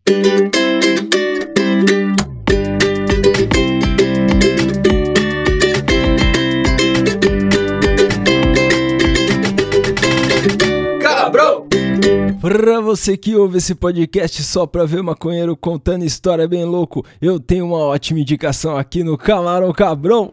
Pra você que ouve esse podcast só pra ver maconheiro contando história bem louco, eu tenho uma ótima indicação aqui no Camarão Cabrão.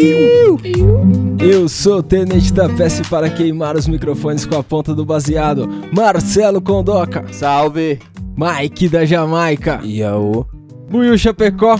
Eu sou o tenente da peça para queimar os microfones com a ponta do baseado, Marcelo Condoca. Salve! Mike da Jamaica. Iaô. Buiu Chapecó.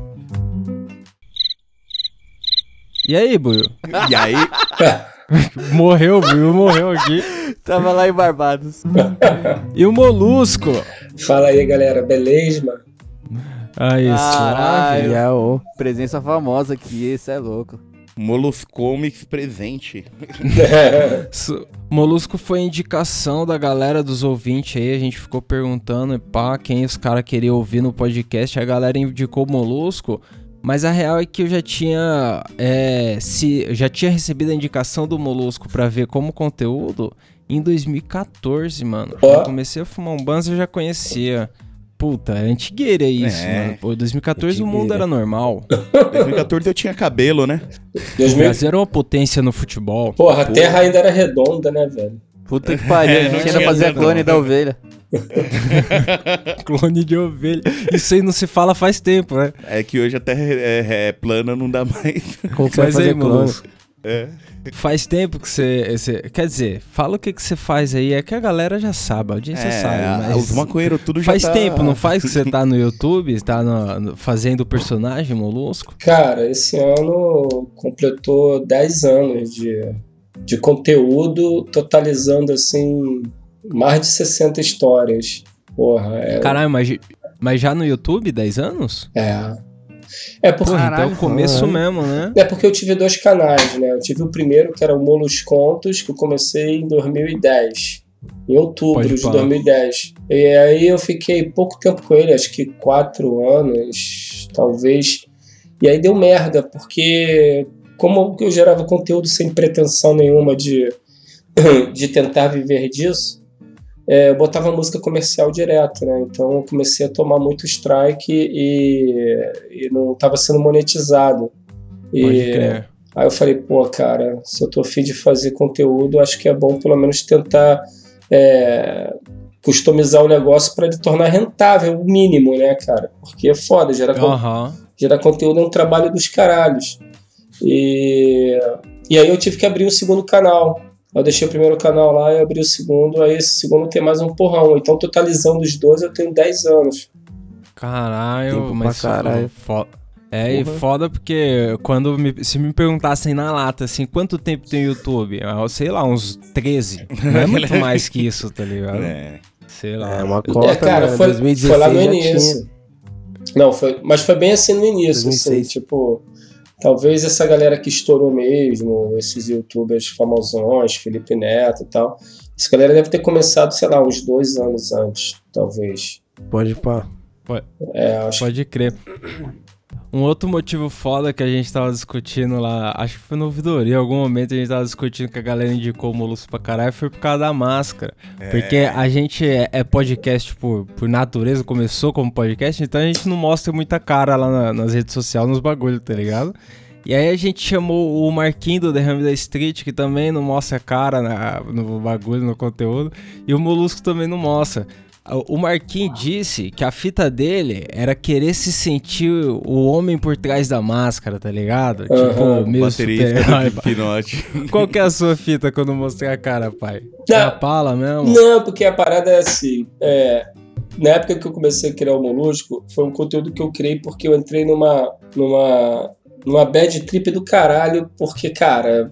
E aí, Buiu? E aí? Morreu aqui. Tava lá em Barbados. E o Molusco. Fala aí, galera, beleza, mano? Aí, Caralho. Iaô. Presença famosa aqui, esse é louco. Moluscomics presente. Molusco foi indicação da galera dos ouvintes aí, a gente ficou perguntando quem os caras queriam ouvir no podcast, a galera indicou Molusco, mas a real é que eu já tinha recebido a indicação do Molusco pra ver como conteúdo em 2014, mano. Quando eu comecei a fumar um banzo eu já conhecia. Puta, é antigueira isso, mano. Pô, 2014 o mundo era normal. 2014 eu tinha cabelo, né? O Brasil era uma potência no futebol. Porra, a terra ainda era redonda, né, velho? Puta que pariu, a gente ainda fazia clone da ovelha. Clone de ovelha. Isso aí não se fala faz tempo, né? É que hoje a terra é plana, não dá mais. Como que você vai fazer clone? Faz tempo que você... Quer dizer, fala o que você faz aí, é que a galera já sabe, a audiência sabe. Mas os maconheiros tudo já faz tá... tempo, não faz que você tá no YouTube, tá fazendo o personagem Molusco? Cara, esse ano completou 10 anos de conteúdo, totalizando, assim, mais de 60 histórias. Porra, Caralho, mas já no YouTube 10 anos? É porque... então o começo mesmo, né? É porque eu tive 2 canais, né? Eu tive o primeiro, que era o Molos Contos, que eu comecei em 2010. Em outubro de 2010. E aí eu fiquei pouco tempo com ele, acho que 4 anos, talvez. E aí deu merda, porque como eu gerava conteúdo sem pretensão nenhuma de tentar viver disso, eu botava música comercial direto, né? Então eu comecei a tomar muito strike e não estava sendo monetizado. Pode crer. Aí eu falei, pô, cara, se eu tô afim de fazer conteúdo, acho que é bom pelo menos tentar customizar o negócio para ele tornar rentável, o mínimo, né, cara? Porque é foda, gerar conteúdo é um trabalho dos caralhos. E aí eu tive que abrir o segundo canal. Eu deixei o primeiro canal lá e abri o segundo, aí esse segundo tem mais um porrão. Então, totalizando os 2, eu tenho 10 anos. Caralho, mas foda. E foda porque se me perguntassem na lata, assim, quanto tempo tem o YouTube? Eu sei lá, uns 13. Não é muito mais que isso, tá ligado? Sei lá. É uma cota, cara, né? foi 2016 lá no início. Não, mas foi bem assim no início, assim, tipo... Talvez essa galera que estourou mesmo, esses youtubers famosões, Felipe Neto e tal, essa galera deve ter começado, sei lá, uns 2 anos antes, talvez. Pode pá. Pode crer. Um outro motivo foda que a gente tava discutindo lá, acho que foi no ouvidoria, em algum momento a gente tava discutindo que a galera indicou o Molusco pra caralho, foi por causa da máscara. Porque a gente é podcast por natureza, começou como podcast, então a gente não mostra muita cara lá nas redes sociais, nos bagulhos, tá ligado? E aí a gente chamou o Marquinho do Derrame da Street, que também não mostra cara no bagulho, no conteúdo, e o Molusco também não mostra. O Marquinhos disse que a fita dele era querer se sentir o homem por trás da máscara, tá ligado? Tipo, meio super-herói. Qual que é a sua fita quando mostrei a cara, pai? É a pala mesmo? Não, porque a parada é assim, na época que eu comecei a criar o Molusco, foi um conteúdo que eu criei porque eu entrei numa bad trip do caralho, porque, cara...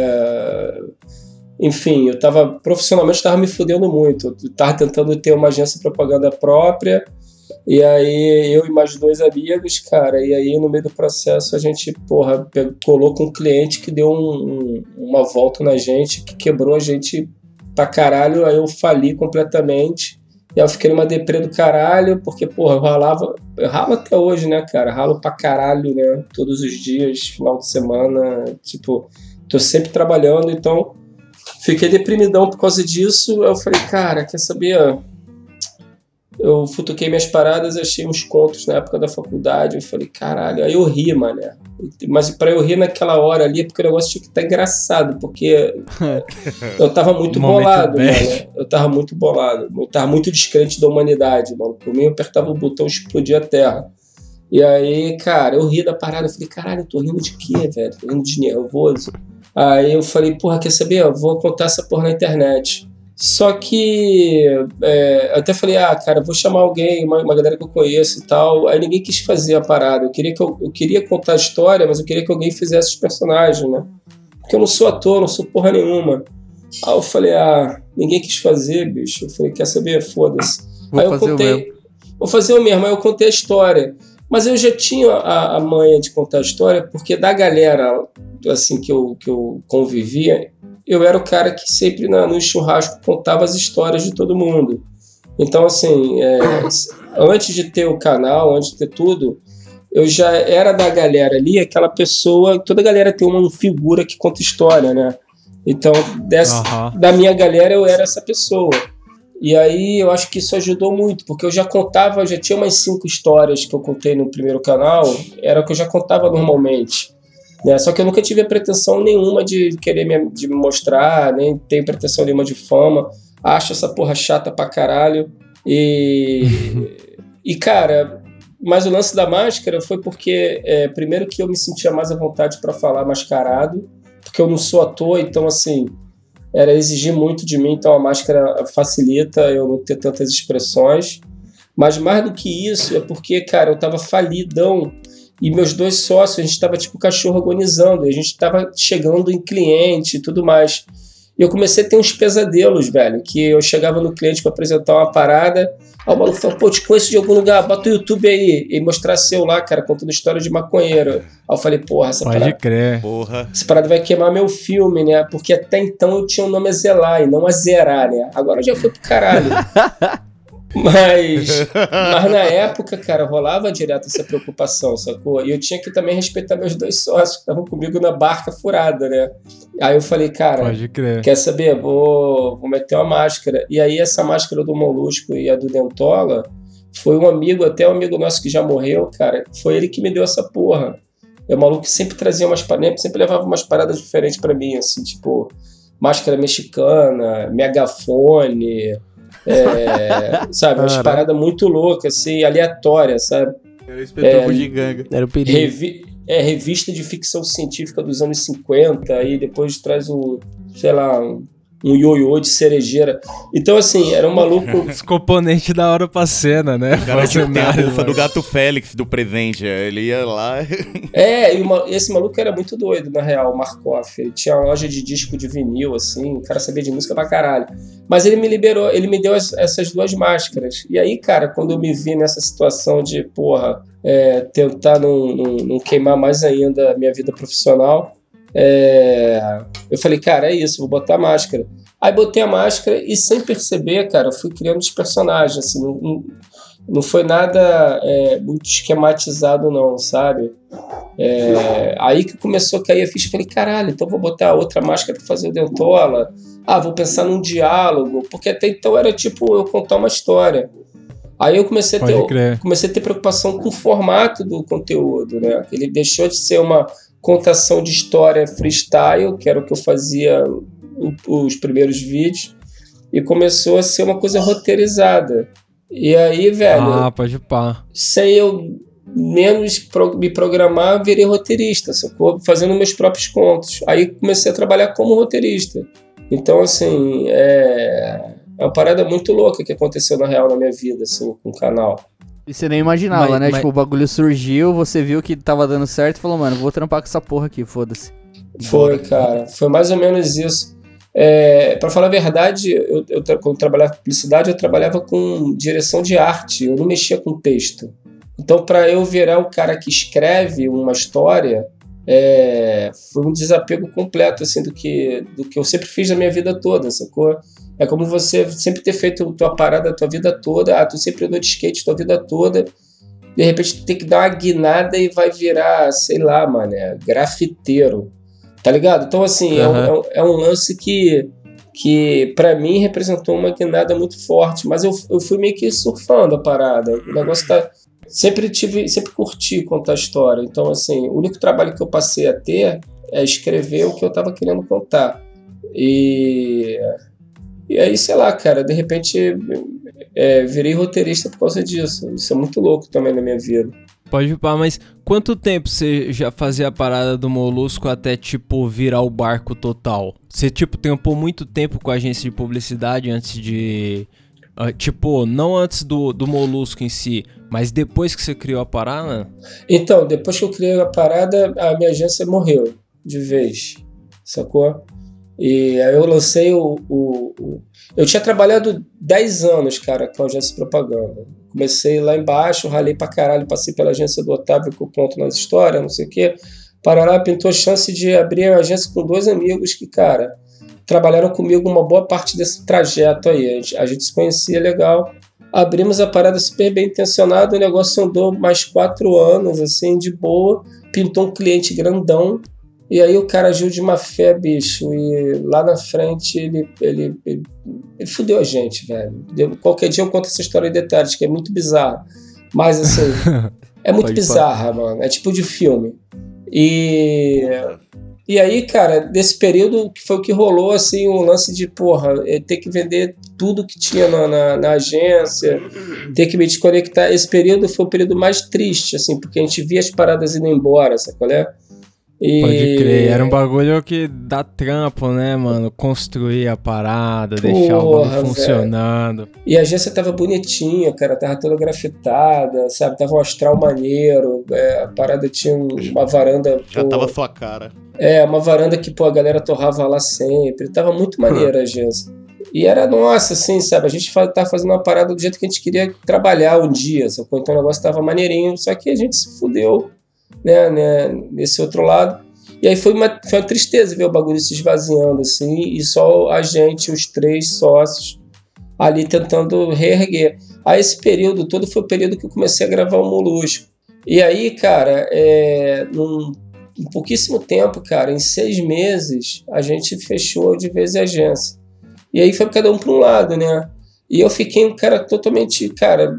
Enfim, profissionalmente tava me fudendo muito. Eu tava tentando ter uma agência de propaganda própria, e aí eu e mais 2 amigos, cara, e aí no meio do processo a gente, colou com um cliente que deu uma volta na gente, que quebrou a gente pra caralho, aí eu fali completamente, e aí eu fiquei numa deprê do caralho, porque, eu ralo até hoje, né, cara, ralo pra caralho, né, todos os dias, final de semana, tipo, tô sempre trabalhando, então... Fiquei deprimidão por causa disso. Eu falei, cara, quer saber? eu futuquei minhas paradas, achei uns contos na época da faculdade, eu falei, caralho, aí eu ri, mané. Mas pra eu rir naquela hora ali, é porque o negócio tinha que estar engraçado, porque eu tava muito bolado, mano. Eu tava muito bolado, eu tava muito descrente da humanidade, mano. Por mim, eu apertava o botão e explodia a terra. E aí, cara, eu ri da parada, eu falei, caralho, eu tô rindo de quê, velho? Tô rindo de nervoso. Aí eu falei, porra, quer saber? Eu vou contar essa porra na internet. Só que eu até falei, cara, vou chamar alguém, uma galera que eu conheço e tal. Aí ninguém quis fazer a parada. Eu queria contar a história, mas eu queria que alguém fizesse os personagens, né? Porque eu não sou ator, não sou porra nenhuma. Aí eu falei, ninguém quis fazer, bicho. Eu falei, quer saber? Foda-se. Aí eu contei, vou fazer o mesmo. Aí eu contei a história. Mas eu já tinha a manha de contar a história, porque da galera assim, que eu convivia, eu era o cara que sempre no churrasco contava as histórias de todo mundo. Então, assim, antes de ter o canal, antes de ter tudo, eu já era da galera ali, aquela pessoa, toda galera tem uma figura que conta história, né? Então, da minha galera, eu era essa pessoa. E aí, eu acho que isso ajudou muito, porque eu já tinha umas 5 histórias que eu contei no primeiro canal, era o que eu já contava normalmente. Né? Só que eu nunca tive a pretensão nenhuma de querer de me mostrar, nem tenho pretensão nenhuma de fama. Acho essa porra chata pra caralho. E cara, mas o lance da máscara foi porque, primeiro que eu me sentia mais à vontade pra falar mascarado, porque eu não sou ator, então assim, era exigir muito de mim, então a máscara facilita eu não ter tantas expressões. Mas mais do que isso, é porque, cara, eu tava falidão. E meus 2 sócios, a gente tava tipo cachorro agonizando, a gente tava chegando em cliente e tudo mais. E eu comecei a ter uns pesadelos, velho, que eu chegava no cliente para apresentar uma parada, aí o maluco falava, pô, te conheço de algum lugar, bota o YouTube aí, e mostrar seu lá, cara, contando história de maconheiro. Aí eu falei, porra, essa parada vai queimar meu filme, né? Porque até então eu tinha o nome a zelar e não a zerar, né? Agora já foi pro caralho. Mas na época, cara, rolava direto essa preocupação, sacou? E eu tinha que também respeitar meus 2 sócios que estavam comigo na barca furada, né? Aí eu falei, cara, quer saber? Vou meter uma máscara. E aí essa máscara do Molusco e a do Dentola foi um amigo nosso que já morreu, cara, foi ele que me deu essa porra. É o maluco que sempre trazia sempre levava umas paradas diferentes pra mim, assim, tipo, máscara mexicana, megafone... sabe, umas paradas muito loucas, assim, aleatórias, sabe? Era o inspetor Bugiganga. Era o perigo. Revista de ficção científica dos anos 50, aí depois traz sei lá, um ioiô de cerejeira. Então, assim, era um maluco... Os componentes da hora pra cena, né? O cara tinha a bufa do Gato Félix do presente. Ele ia lá... Esse maluco era muito doido, na real, o Markoff. Ele tinha uma loja de disco de vinil, assim, o cara sabia de música pra caralho. Mas ele me liberou, ele me deu essas 2 máscaras. E aí, cara, quando eu me vi nessa situação de, porra, tentar não queimar mais ainda a minha vida profissional... eu falei, cara, é isso, vou botar a máscara. Aí botei a máscara e sem perceber, cara, eu fui criando os personagens, assim, não foi nada muito esquematizado não, sabe? Aí que começou a cair a ficha, falei, caralho, então vou botar outra máscara pra fazer o Dentola. Vou pensar num diálogo, porque até então era tipo eu contar uma história. Aí eu comecei a ter preocupação com o formato do conteúdo, né? Ele deixou de ser uma contação de história freestyle, que era o que eu fazia os primeiros vídeos, e começou a ser uma coisa roteirizada. E aí, velho... pode pá. Sem eu menos me programar, eu virei roteirista, sacou? Fazendo meus próprios contos. Aí comecei a trabalhar como roteirista. Então, assim, é uma parada muito louca que aconteceu na real na minha vida, assim, com o canal. E você nem imaginava, né? Tipo, o bagulho surgiu, você viu que tava dando certo e falou, mano, vou trampar com essa porra aqui, foda-se. Foi, cara. Foi mais ou menos isso. Pra falar a verdade, quando eu trabalhava com publicidade, eu trabalhava com direção de arte, eu não mexia com texto. Então, pra eu virar o cara que escreve uma história, foi um desapego completo, assim, do que eu sempre fiz na minha vida toda, sacou? É como você sempre ter feito tua parada a tua vida toda, tu sempre andou de skate tua vida toda, de repente tu tem que dar uma guinada e vai virar, sei lá, mano, grafiteiro, tá ligado? Então, assim, é um lance que que para mim representou uma guinada muito forte, mas eu fui meio que surfando a parada. O negócio sempre curti contar história. Então, assim, o único trabalho que eu passei a ter é escrever o que eu estava querendo contar. E aí, sei lá, cara, de repente virei roteirista por causa disso. Isso é muito louco também na minha vida. Pode pá, mas quanto tempo você já fazia a parada do Molusco até, tipo, virar o barco total? Você, tipo, trampou muito tempo com a agência de publicidade antes de... tipo, não antes do Molusco em si, mas depois que você criou a parada? Então, depois que eu criei a parada, a minha agência morreu de vez, sacou? E aí eu lancei eu tinha trabalhado 10 anos, cara, com a agência de propaganda. Comecei lá embaixo, ralei pra caralho, passei pela agência do Otávio com o ponto nas histórias, não sei o quê. Parará pintou a chance de abrir a agência com 2 amigos que, cara, trabalharam comigo uma boa parte desse trajeto aí. A gente se conhecia legal. Abrimos a parada super bem intencionado, o negócio andou mais 4 anos, assim, de boa. Pintou um cliente grandão. E aí o cara agiu de má fé, bicho, e lá na frente ele fudeu a gente, velho. Qualquer dia eu conto essa história em detalhes, que é muito bizarra. Mas, assim, é muito bizarra, mano. É tipo de filme. E aí, cara, desse período que foi o que rolou, assim, o lance de, ter que vender tudo que tinha na agência, ter que me desconectar. Esse período foi o período mais triste, assim, porque a gente via as paradas indo embora, sabe qual é? Pode crer, era um bagulho que dá trampo, né, mano? Construir a parada, deixar o bagulho funcionando. Velho. E a agência tava bonitinha, cara, tava toda grafitada, sabe? Tava um astral maneiro, a parada tinha uma varanda... Já tava sua cara. Uma varanda que, a galera torrava lá sempre, tava muito maneira a agência. E era nossa, assim, sabe? A gente tava fazendo uma parada do jeito que a gente queria trabalhar um dia, sacou? Então o negócio tava maneirinho, só que a gente se fudeu. Né, nesse outro lado. E aí foi uma tristeza ver o bagulho se esvaziando, assim, e só a gente, os 3 sócios, ali tentando reerguer. Aí esse período todo foi o período que eu comecei a gravar o Molusco. E aí, cara, em pouquíssimo tempo, cara, em 6 meses, a gente fechou de vez a agência. E aí foi cada um para um lado, né? E eu fiquei um cara totalmente, cara...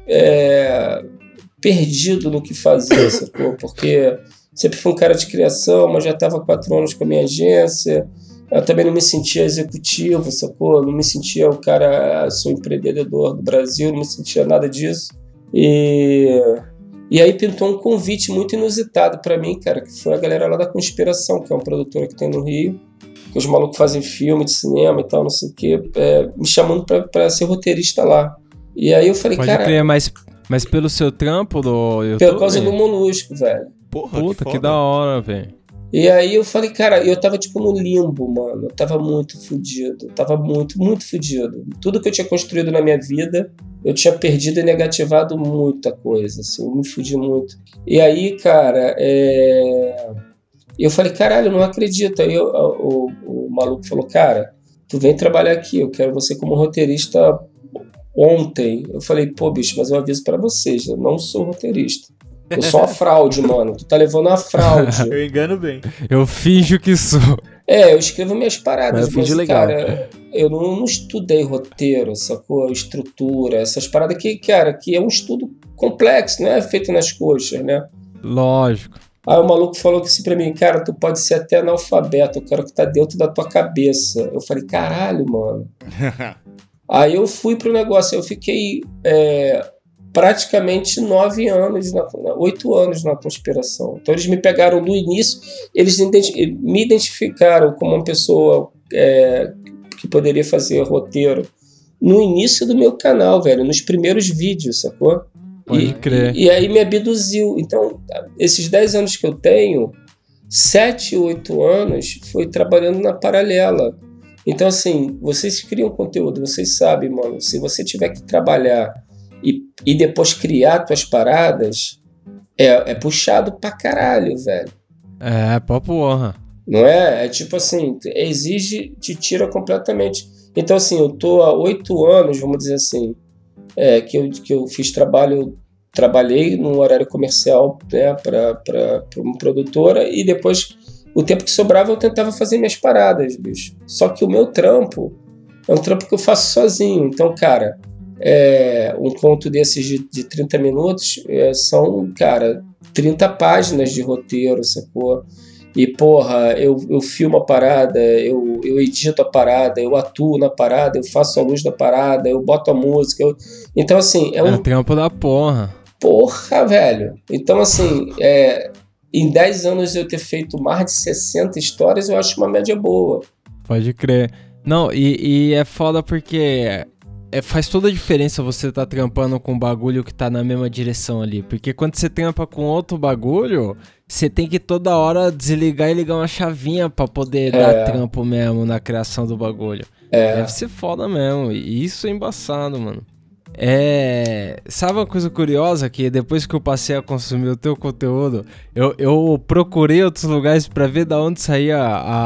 perdido no que fazer, sacou? Porque sempre fui um cara de criação, mas já estava 4 anos com a minha agência. Eu também não me sentia executivo, sacou? Não me sentia o cara, sou empreendedor do Brasil, não me sentia nada disso. E aí pintou um convite muito inusitado para mim, cara, que foi a galera lá da Conspiração, que é uma produtora que tem no Rio, que os malucos fazem filme de cinema e tal, não sei o quê, me chamando para ser roteirista lá. E aí eu falei, cara... Pode crer, mas pelo seu trampo do YouTube? Pela causa do Molusco, velho. Porra, puta, que da hora, velho. E aí eu falei, cara, eu tava tipo no limbo, mano. Eu tava muito fudido. Tava muito, muito fudido. Tudo que eu tinha construído na minha vida, eu tinha perdido e negativado muita coisa, assim. Eu me fudi muito. E aí, cara, eu falei, caralho, eu não acredito. Aí o maluco falou, cara, tu vem trabalhar aqui, eu quero você como roteirista ontem. Eu falei, bicho, mas eu aviso pra vocês, eu não sou roteirista. Eu sou uma fraude, mano. Tu tá levando uma fraude. Eu engano bem. Eu finjo que sou. Eu escrevo minhas paradas, mas legal. Cara, eu não estudei roteiro, sacou? Estrutura, essas paradas que, cara, que é um estudo complexo, não é feito nas coxas, né? Lógico. Aí o maluco falou que assim pra mim, cara, tu pode ser até analfabeto, eu quero que tá dentro da tua cabeça. Eu falei, caralho, mano. Aí eu fui pro negócio, eu fiquei praticamente 9 anos, 8 anos na Conspiração. Então eles me pegaram no início, eles me identificaram como uma pessoa que poderia fazer roteiro no início do meu canal, velho, nos primeiros vídeos, sacou? Pode crer. E aí me abduziu. Então, esses 10 anos que eu tenho, 7, 8 anos foi trabalhando na paralela. Então, assim, vocês criam conteúdo, vocês sabem, mano, se você tiver que trabalhar e depois criar tuas paradas, é puxado pra caralho, velho. Pra porra. Não é? É tipo assim, te tira completamente. Então, assim, eu tô há 8 anos, vamos dizer assim, que eu trabalhei num horário comercial, né, para uma produtora, e depois o tempo que sobrava eu tentava fazer minhas paradas, bicho. Só que o meu trampo é um trampo que eu faço sozinho. Então, cara, um conto desses de 30 minutos são, cara, 30 páginas de roteiro, sacou? E, porra, eu filmo a parada, eu edito a parada, eu atuo na parada, eu faço a luz da parada, eu boto a música. Então, assim, é um trampo da porra. Porra, velho. Então, assim, em 10 anos eu ter feito mais de 60 histórias, eu acho uma média boa. Pode crer. Não, e é foda porque faz toda a diferença você tá trampando com um bagulho que tá na mesma direção ali. Porque quando você trampa com outro bagulho, você tem que toda hora desligar e ligar uma chavinha pra poder dar trampo mesmo na criação do bagulho. Deve ser foda mesmo. E isso é embaçado, mano. Sabe uma coisa curiosa? Que depois que eu passei a consumir o teu conteúdo, eu procurei outros lugares pra ver da onde saía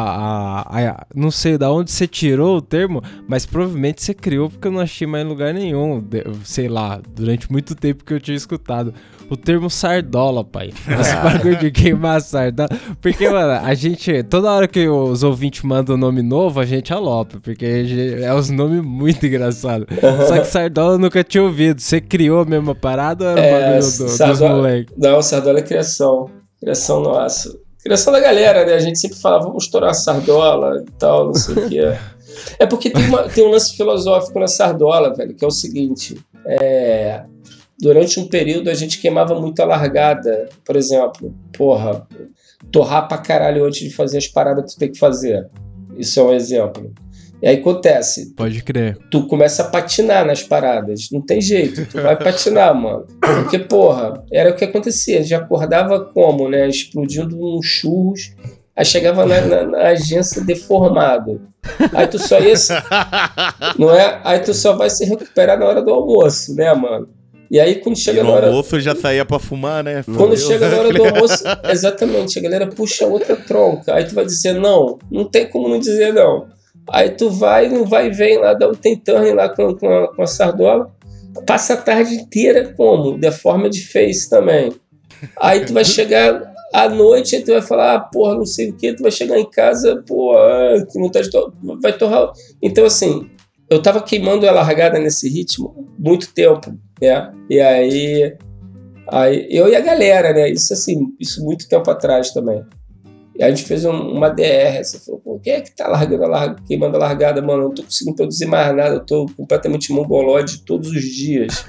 não sei da onde você tirou o termo, mas provavelmente você criou porque eu não achei mais em lugar nenhum, sei lá, durante muito tempo que eu tinha escutado o termo sardola, pai. Esse bagulho de queimar sardola. Porque, mano, a gente, toda hora que os ouvintes mandam um nome novo, a gente alopa, porque é uns nomes muito engraçados. Só que sardola eu nunca tinha ouvido. Você criou a mesma parada ou era o bagulho dos moleques? Não, sardola é criação. Criação nossa. Criação da galera, né? A gente sempre fala, vamos estourar a sardola e tal, não sei o que. É porque tem um lance filosófico na sardola, velho, que é o seguinte. Durante um período a gente queimava muito a largada. Por exemplo, porra, torrar pra caralho antes de fazer as paradas que tu tem que fazer. Isso é um exemplo. E aí acontece. Pode crer. Tu começa a patinar nas paradas. Não tem jeito, tu vai patinar, mano. Porque, porra, era o que acontecia. A gente acordava como, né? Explodindo uns churros. Aí chegava na agência deformado. Aí tu só ia... Não é? Aí tu só vai se recuperar na hora do almoço, né, mano? E aí quando chega na hora... no almoço já saía pra fumar, né? Quando chega na hora do almoço... Exatamente, a galera puxa outra tronca. Aí tu vai dizer não tem como não dizer não. Aí tu vai, não vai e vem lá, dá um turn lá com a sardola. Passa a tarde inteira como? De forma de face também. Aí tu vai chegar à noite e tu vai falar, porra, não sei o que. Tu vai chegar em casa, porra, que vontade de vai torrar. Então assim, eu tava queimando a largada nesse ritmo muito tempo, né? E aí eu e a galera, né? Isso muito tempo atrás também. E a gente fez uma DR, você falou, pô, quem é que tá queimando a largada, mano? Eu não tô conseguindo produzir mais nada, eu tô completamente mongolóide todos os dias.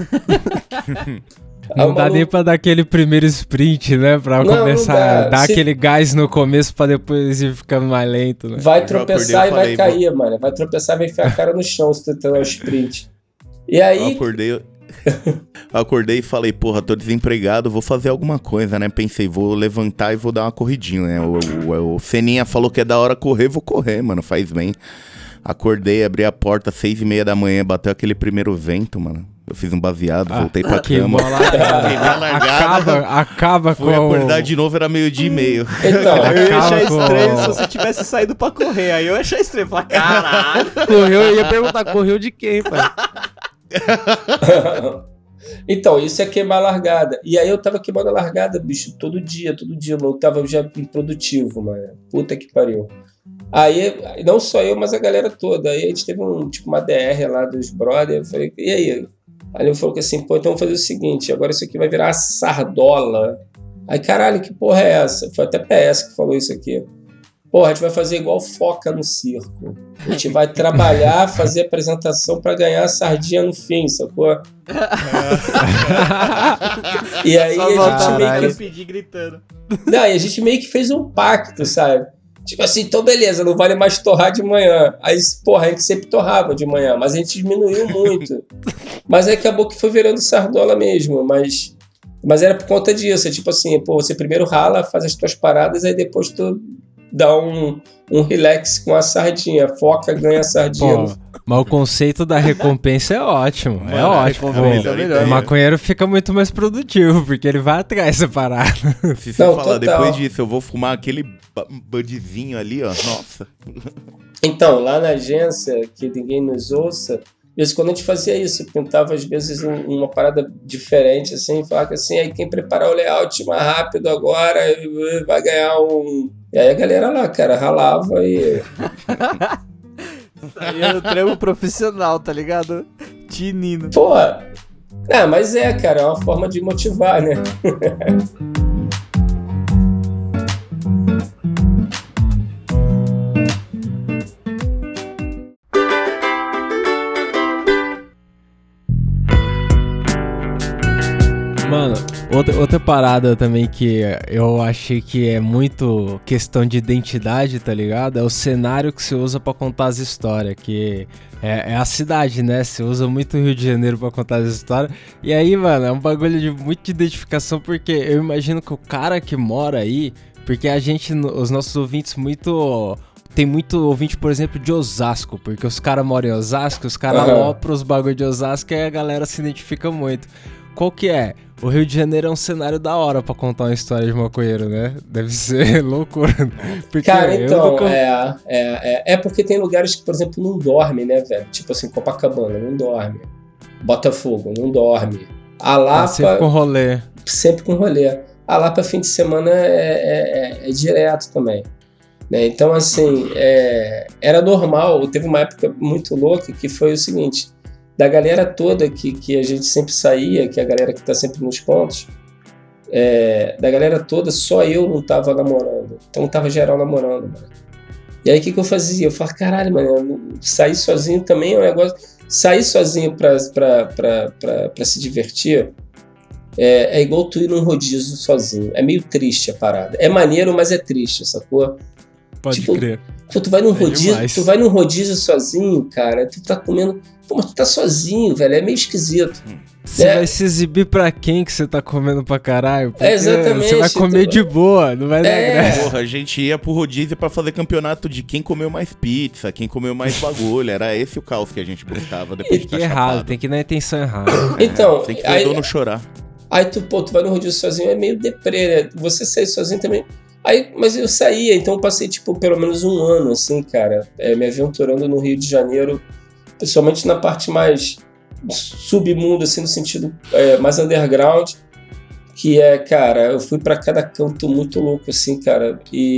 Não dá nem pra dar aquele primeiro sprint, né? Pra começar a dar aquele gás no começo pra depois ir ficando mais lento, né? Vai tropeçar e vai cair, mano. Vai tropeçar e vai enfiar a cara no chão se tu tentar um sprint. E aí... Acordei e falei, porra, tô desempregado, vou fazer alguma coisa, né? Pensei, vou levantar e vou dar uma corridinha, né? O Seninha falou que é da hora correr, vou correr, mano, faz bem. Acordei, abri a porta, 6:30 da manhã, bateu aquele primeiro vento, mano. Eu fiz um baseado, voltei pra cama. Acaba com... Fui acordar de novo, era 12:30. Então, eu ia achar estranho se você tivesse saído pra correr. Aí eu ia achar estranho, falar, caralho. Correu, eu ia perguntar, correu de quem, pai? Então, isso é queimar a largada. E aí eu tava queimando a largada, bicho, todo dia, mano. Eu tava já improdutivo, mano. Puta que pariu. Aí, não só eu, mas a galera toda. Aí a gente teve uma DR lá dos brothers. Eu falei, e aí? Aí ele falou que assim, pô, então vamos fazer o seguinte, agora isso aqui vai virar a sardola. Aí, caralho, que porra é essa? Foi até PS que falou isso aqui. Porra, a gente vai fazer igual foca no circo. A gente vai trabalhar, fazer apresentação pra ganhar a sardinha no fim, sacou? E aí só a gente meio que... pedir gritando. Não, e a gente meio que fez um pacto, sabe? Tipo assim, então beleza, não vale mais torrar de manhã. Aí, porra, a gente sempre torrava de manhã, mas a gente diminuiu muito. Mas aí acabou que foi virando sardola mesmo, mas era por conta disso. É tipo assim, pô, você primeiro rala, faz as tuas paradas, aí depois tu dá um relax com a sardinha. Foca, ganha a sardinha. Pô, mas o conceito da recompensa é ótimo. Mano, é ótimo. melhor. O maconheiro fica muito mais produtivo, porque ele vai atrás da parada. Se você falar, depois disso, eu vou fumar aquele budzinho ali, ó. Nossa. Então, lá na agência, que ninguém nos ouça, vez em quando a gente fazia isso, pintava às vezes uma parada diferente, assim, falava assim, aí quem preparar o layout mais rápido agora vai ganhar um... E aí a galera lá, cara, ralava e... Aí era o trampo profissional, tá ligado? Tinino. Pô, mas cara, é uma forma de motivar, né? Mano, outra parada também que eu achei que é muito questão de identidade, tá ligado? É o cenário que você usa pra contar as histórias, que é a cidade, né? Você usa muito o Rio de Janeiro pra contar as histórias. E aí, mano, é um bagulho de muita identificação, porque eu imagino que o cara que mora aí, porque a gente, os nossos ouvintes tem muito ouvinte, por exemplo, de Osasco, porque os caras moram em Osasco, os caras alopram os bagulhos de Osasco e a galera se identifica muito. Qual que é? O Rio de Janeiro é um cenário da hora pra contar uma história de maconheiro, né? Deve ser loucura. Porque cara, então, é porque tem lugares que, por exemplo, não dorme, né, velho? Tipo assim, Copacabana, não dorme. Botafogo, não dorme. A Lapa... sempre com rolê. Sempre com rolê. A Lapa, fim de semana, é direto também. Né? Então, assim, era normal. Teve uma época muito louca que foi o seguinte... Da galera toda que a gente sempre saía, que é a galera que tá sempre nos contos, da galera toda, só eu não tava namorando. Então tava geral namorando, mano. E aí o que eu fazia? Eu falava, caralho, mano, sair sozinho também é um negócio... Sair sozinho pra se divertir é igual tu ir num rodízio sozinho. É meio triste a parada. É maneiro, mas é triste, sacou? Pode crer. Pô, tu vai num rodízio sozinho, cara, tu tá comendo... Pô, mas tu tá sozinho, velho, é meio esquisito. Você vai se exibir pra quem que você tá comendo pra caralho? Exatamente. Você vai comer de boa, não vai dar graça. Porra, a gente ia pro rodízio pra fazer campeonato de quem comeu mais pizza, quem comeu mais bagulho. Era esse o caos que a gente buscava depois de estar chapado. Tem que ir na intenção errada. Então, tem que ver o dono chorar. Aí tu vai no rodízio sozinho, é meio deprê, né? Você sair sozinho também... Mas eu saía, então eu passei, tipo, pelo menos um ano, assim, cara, me aventurando no Rio de Janeiro, principalmente na parte mais submundo, assim, no sentido mais underground, que cara, eu fui pra cada canto muito louco, assim, cara,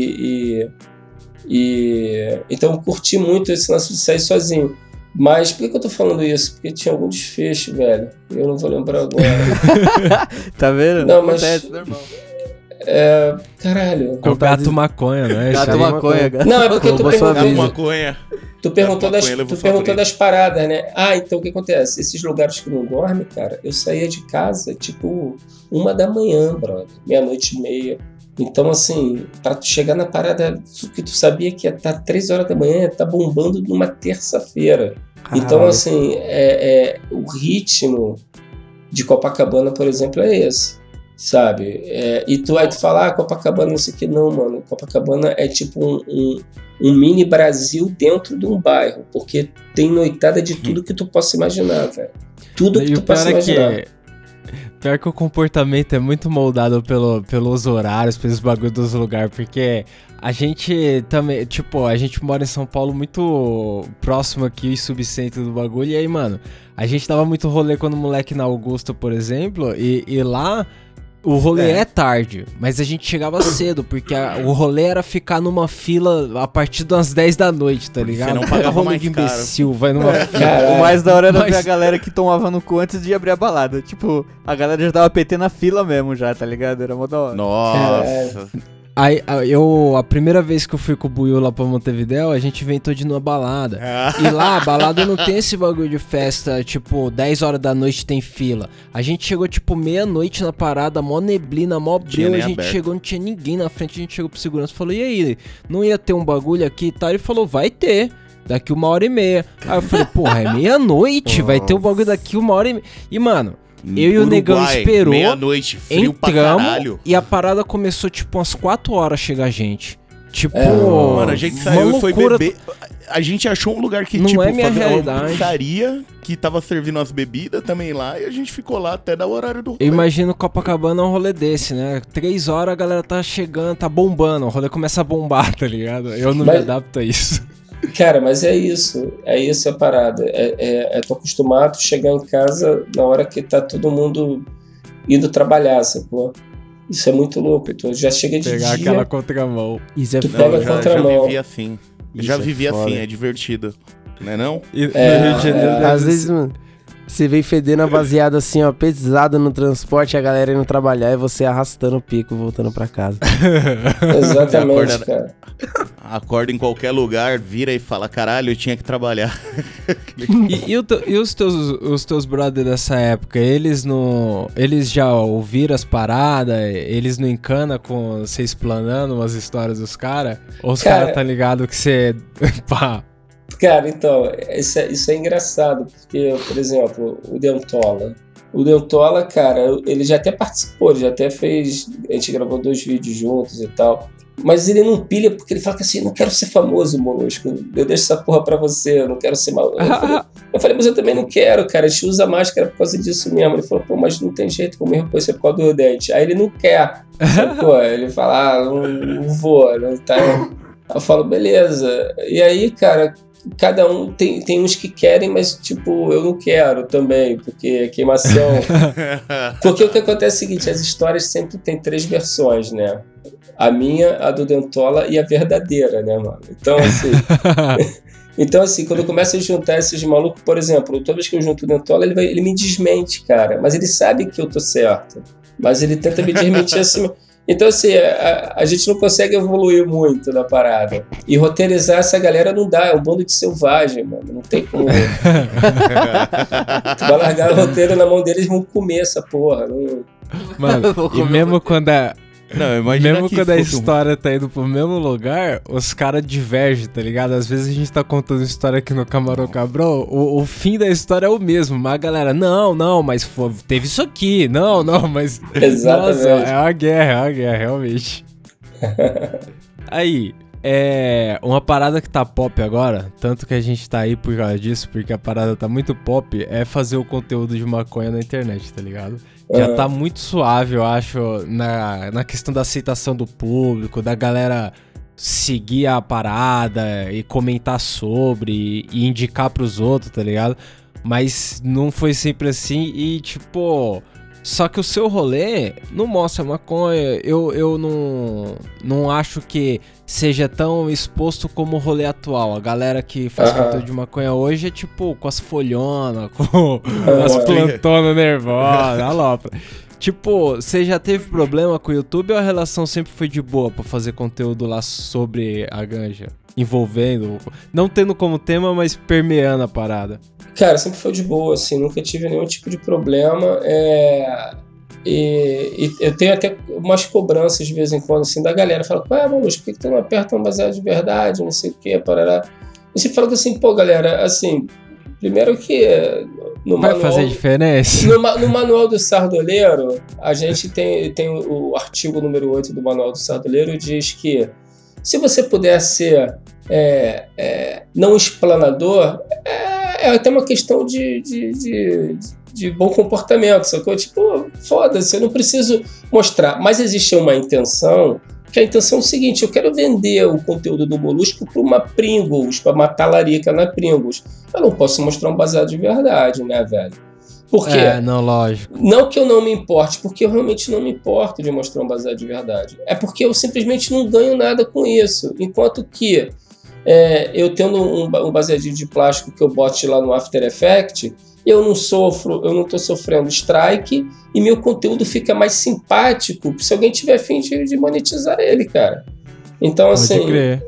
então eu curti muito esse lance de sair sozinho. Mas por que eu tô falando isso? Porque tinha algum desfecho, velho, eu não vou lembrar agora. Tá vendo? Não, mas... Acontece, normal. Caralho. O gato maconha, né? Gato maconha, gato. Não, é porque tu perguntou das paradas, né? Então o que acontece? Esses lugares que não dormem, cara, eu saía de casa, tipo, 1h, brother. 00:30. Então, assim, pra tu chegar na parada que tu sabia que ia estar 3h, tá bombando numa terça-feira. Caralho. Então, assim, o ritmo de Copacabana, por exemplo, é esse. Sabe? E tu fala, Copacabana, não sei o que, não, mano. Copacabana é tipo um mini Brasil dentro de um bairro, porque tem noitada de tudo que tu possa imaginar, velho. Tudo que tu possa imaginar. Pior que o comportamento é muito moldado pelos horários, pelos bagulhos dos lugares, porque a gente também, tipo, a gente mora em São Paulo muito próximo aqui, subcentro do bagulho, e aí, mano, a gente dava muito rolê quando moleque na Augusta, por exemplo, e lá... O rolê é tarde, mas a gente chegava cedo, porque o rolê era ficar numa fila a partir das 10 da noite, tá ligado? Você não pagava mais de imbecil, vai numa fila. O mais da hora era ver a galera que tomava no cu antes de abrir a balada. Tipo, a galera já tava PT na fila mesmo já, tá ligado? Era mó da hora. Nossa... Aí, a primeira vez que eu fui com o Buiu lá pra Montevidéu, a gente inventou de ir numa balada. E lá, a balada não tem esse bagulho de festa, tipo, 10h tem fila. A gente chegou, tipo, 00:30 na parada, mó neblina, mó breu. A gente chegou, não tinha ninguém na frente. A gente chegou pro segurança e falou, e aí, não ia ter um bagulho aqui e tal? Ele falou, vai ter, daqui 1h30. Aí eu falei, porra, é 00:00, vai ter um bagulho daqui 1h30. E, mano... Eu e o Negão esperou, 00:00, frio pra caralho. E a parada começou, tipo, umas 4h chegar a gente. Tipo, mano, a gente saiu e foi beber. A gente achou um lugar que, não tipo, é minha fazia realidade. uma pizzaria que tava servindo as bebidas também lá, e a gente ficou lá até dar o horário do rolê. Eu imagino Copacabana é um rolê desse, né? 3h a galera tá chegando, tá bombando, o rolê começa a bombar, tá ligado? Eu não me adapto a isso. Cara, mas é isso a parada. Tô acostumado a chegar em casa na hora que tá todo mundo indo trabalhar, sacou? Isso é muito louco. Tu já chega de Pegar dia... aquela contramão. Isso é Tu foda. pega Eu já contramão. vivi assim. Eu já Isso é vivi foda. assim, é divertido. Não é não? E no Rio de Janeiro deve Às ser- vezes, mano, você vem fedendo a baseada assim, ó, pesado no transporte, a galera indo trabalhar e você arrastando o pico, voltando pra casa. Exatamente, Acorda- cara. Acorda em qualquer lugar, vira e fala, caralho, eu tinha que trabalhar. E os teus brothers dessa época, eles já ouviram as paradas? Eles não encanam com você explanando umas histórias dos caras? Ou os Cara- caras tá ligado que você... Pá. Cara, então, isso é engraçado, porque, por exemplo, o Dentola. O Dentola, cara, ele já até participou, ele já até fez... A gente gravou 2 vídeos juntos e tal. Mas ele não pilha porque ele fala que assim, não quero ser famoso, Molusco. Eu deixo essa porra pra você, eu não quero ser mal. Eu falei, mas eu também não quero, cara. A gente usa máscara por causa disso mesmo. Ele falou, pô, mas não tem jeito, como eu repor isso é por causa do dente. Aí ele não quer. Pô, ele fala, não vou, não tá. Eu falo, beleza. E aí, cara, cada um tem uns que querem, mas tipo, eu não quero também, porque é queimação. Porque o que acontece é o seguinte, as histórias sempre tem 3 versões, né? A minha, a do Dentola e a verdadeira, né, mano? Então, assim, quando eu começo a juntar esses malucos, por exemplo, toda vez que eu junto o Dentola, ele me desmente, cara. Mas ele sabe que eu tô certo. Mas ele tenta me desmentir assim. Então, assim, a gente não consegue evoluir muito na parada. E roteirizar essa galera não dá, é um bando de selvagem, mano. Não tem como. Tu vai largar o roteiro na mão deles e vão comer essa porra. Não... Mano, e mesmo quando a... Não, imagina Mesmo que quando a fosse um- história tá indo pro mesmo lugar, os caras divergem, tá ligado? Às vezes a gente tá contando história aqui no Camarão Cabrão, o fim da história é o mesmo, mas a galera, não, mas teve isso aqui, não, mas... Exatamente. Nossa, é uma guerra, realmente. Aí, uma parada que tá pop agora, tanto que a gente tá aí por causa disso, porque a parada tá muito pop, é fazer o conteúdo de maconha na internet, tá ligado? Já tá muito suave, eu acho, na questão da aceitação do público, da galera seguir a parada e comentar sobre e indicar pros outros, tá ligado? Mas não foi sempre assim e, tipo... Só que o seu rolê não mostra maconha, eu não acho que seja tão exposto como o rolê atual. A galera que faz conteúdo de maconha hoje é tipo com as folhonas, com as plantonas nervosas, alopra. Tipo, você já teve problema com o YouTube ou a relação sempre foi de boa pra fazer conteúdo lá sobre a ganja? Envolvendo, não tendo como tema, mas permeando a parada. Cara, sempre foi de boa, assim, nunca tive nenhum tipo de problema. E eu tenho até umas cobranças de vez em quando, assim, da galera. Fala, Molusco, por que tu não aperta um baseado de verdade, não sei o que, parará. E você fala assim, pô, galera, assim, primeiro que no Vai manual... fazer diferença? No manual do Sardoleiro, a gente tem o artigo número 8 do manual do Sardoleiro, diz que se você puder ser não explanador, é até uma questão de bom comportamento, sacou? Tipo, foda-se, eu não preciso mostrar. Mas existe uma intenção, que a intenção é o seguinte, eu quero vender o conteúdo do Molusco para uma Pringles, para uma talarica na Pringles. Eu não posso mostrar um baseado de verdade, né, velho? Por quê? Não, lógico. Não que eu não me importe, porque eu realmente não me importo de mostrar um baseado de verdade. É porque eu simplesmente não ganho nada com isso. Enquanto que eu tendo um baseadinho de plástico que eu bote lá no After Effects, eu não estou sofrendo strike e meu conteúdo fica mais simpático se alguém tiver fim de monetizar ele, cara. Então, Pode assim, crer.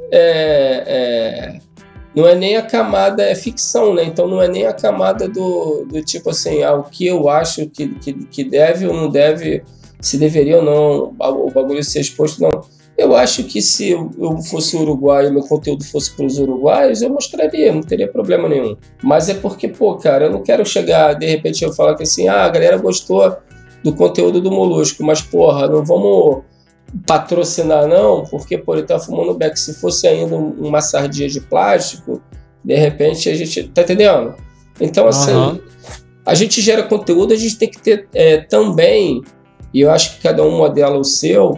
não é nem a camada, é ficção, né? Então não é nem a camada do tipo assim, o que eu acho que deve ou não deve, se deveria ou não o bagulho ser exposto, não. Eu acho que se eu fosse uruguaio e meu conteúdo fosse para os uruguaios, eu mostraria, não teria problema nenhum. Mas é porque, pô, cara, eu não quero chegar, de repente eu falar que assim, a galera gostou do conteúdo do Molusco, mas, porra, não vamos patrocinar não, porque, pô, ele tá fumando beck. Se fosse ainda uma sardinha de plástico, de repente a gente... Tá entendendo? Então, assim, a gente gera conteúdo, a gente tem que ter também, e eu acho que cada um modela o seu,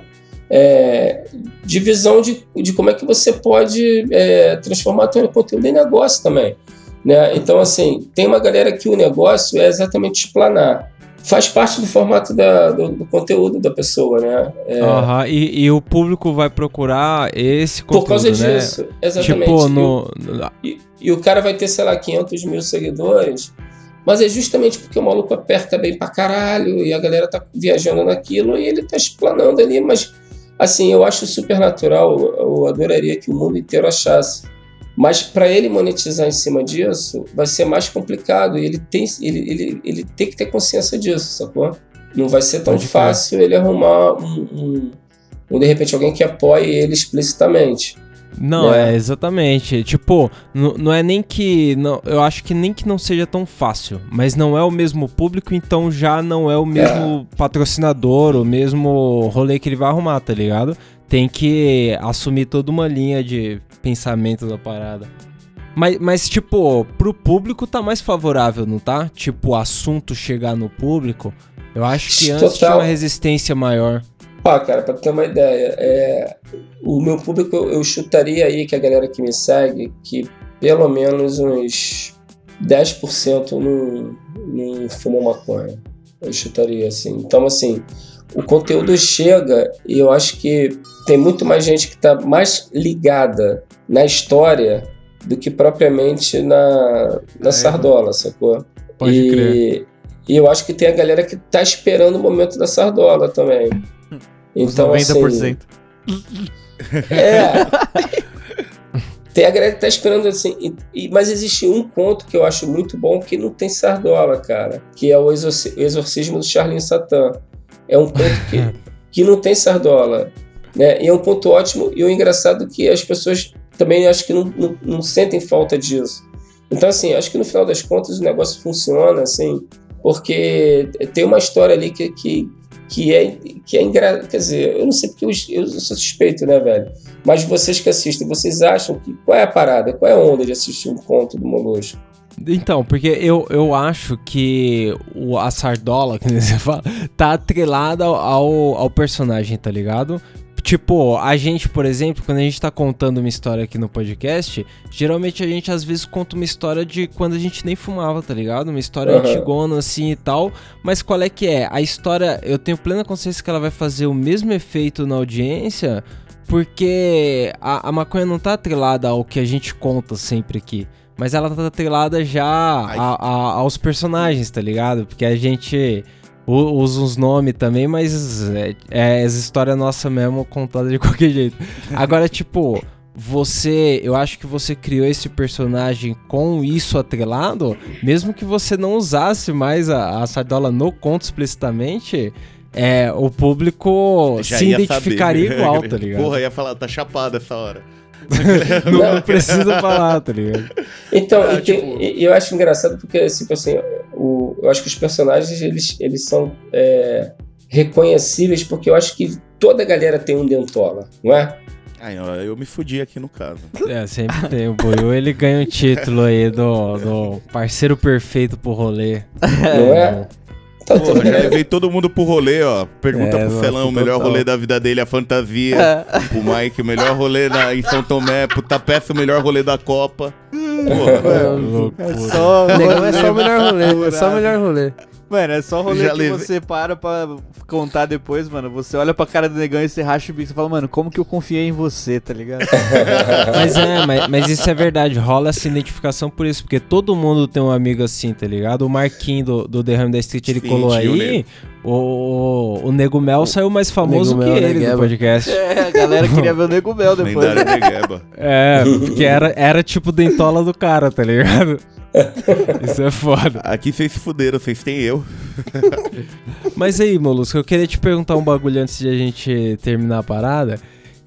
de visão de como é que você pode transformar o conteúdo em negócio também, né? Então, assim, tem uma galera que o negócio é exatamente explanar. Faz parte do formato do conteúdo da pessoa, né? E o público vai procurar esse conteúdo, por causa né? disso, exatamente. Tipo, e o cara vai ter, sei lá, 500 mil seguidores, mas é justamente porque o maluco aperta bem pra caralho e a galera tá viajando naquilo e ele tá explanando ali, mas assim, eu acho super natural, eu adoraria que o mundo inteiro achasse. Mas para ele monetizar em cima disso, vai ser mais complicado. E ele tem que ter consciência disso, sacou? Não vai ser tão fácil ele arrumar de repente, alguém que apoie ele explicitamente. Não, né? Exatamente. Tipo, não é nem que... Não, eu acho que nem que não seja tão fácil. Mas não é o mesmo público, então já não é o mesmo patrocinador, o mesmo rolê que ele vai arrumar, tá ligado? Tem que assumir toda uma linha de pensamento da parada. Mas, tipo, pro público tá mais favorável, não tá? Tipo, o assunto chegar no público. Eu acho que antes tinha uma resistência maior. Cara, pra ter uma ideia, o meu público, eu chutaria aí que a galera que me segue, que pelo menos uns 10% não fumam maconha. Eu chutaria, assim. Então, assim, o conteúdo chega e eu acho que tem muito mais gente que tá mais ligada na história do que propriamente na sardola, sacou? Pode crer. E eu acho que tem a galera que tá esperando o momento da sardola também. Então, 90%. Assim, tem a galera que tá esperando assim. Mas existe um conto que eu acho muito bom que não tem sardola, cara. Que é o Exorcismo do Charlinho Satã. É um conto que não tem sardola. Né? E é um conto ótimo. E o engraçado é que as pessoas também acho que não sentem falta disso. Então, assim, acho que no final das contas o negócio funciona, assim, porque tem uma história ali que é engraçado. Quer dizer, eu não sei porque eu sou suspeito, né, velho? Mas vocês que assistem, vocês acham que... Qual é a parada? Qual é a onda de assistir um conto do Molusco? Então, porque eu acho que a sardola, que você fala, tá atrelada ao personagem, tá ligado? Tipo, a gente, por exemplo, quando a gente tá contando uma história aqui no podcast, geralmente a gente às vezes conta uma história de quando a gente nem fumava, tá ligado? Uma história antigona assim e tal, mas qual é que é? A história, eu tenho plena consciência que ela vai fazer o mesmo efeito na audiência, porque a maconha não tá atrelada ao que a gente conta sempre aqui, mas ela tá atrelada já aos personagens, tá ligado? Porque a gente... usa uns nomes também, mas essa história nossa mesmo contada de qualquer jeito. Agora, tipo, eu acho que você criou esse personagem com isso atrelado, mesmo que você não usasse mais a sardola no conto explicitamente, o público já se identificaria saber. Igual, tá ligado? Porra, ia falar, tá chapado essa hora. Não precisa falar, tá ligado? Então, eu acho engraçado porque, tipo assim, eu acho que os personagens, eles são reconhecíveis porque eu acho que toda a galera tem um dentola, não é? Eu me fudi aqui no caso. Sempre tem. O Buiu, ele ganha o título aí do parceiro perfeito pro rolê. Não é? Então, porra, já levei todo mundo pro rolê, ó. Pergunta pro Felão, o melhor rolê da vida dele, a fantasia. O Mike, o melhor rolê em São Tomé. Pro Tapessa, o melhor rolê da Copa. Porra. É só o melhor rolê. É só o melhor rolê. Mano, é só rolê que você para pra contar depois, mano. Você olha pra cara do negão e você racha o bico. Você fala, mano, como que eu confiei em você, tá ligado? Mas isso é verdade. Rola essa identificação por isso. Porque todo mundo tem um amigo assim, tá ligado? O Marquinho do Derrame da Street, ele colou aí. O Nego Mel saiu mais famoso que ele no podcast. A galera queria ver o Nego Mel depois. Porque era tipo dentola do cara, tá ligado? Isso é foda. Aqui vocês se fuderam, vocês têm eu. Mas aí, Molusco, eu queria te perguntar um bagulho antes de a gente terminar a parada.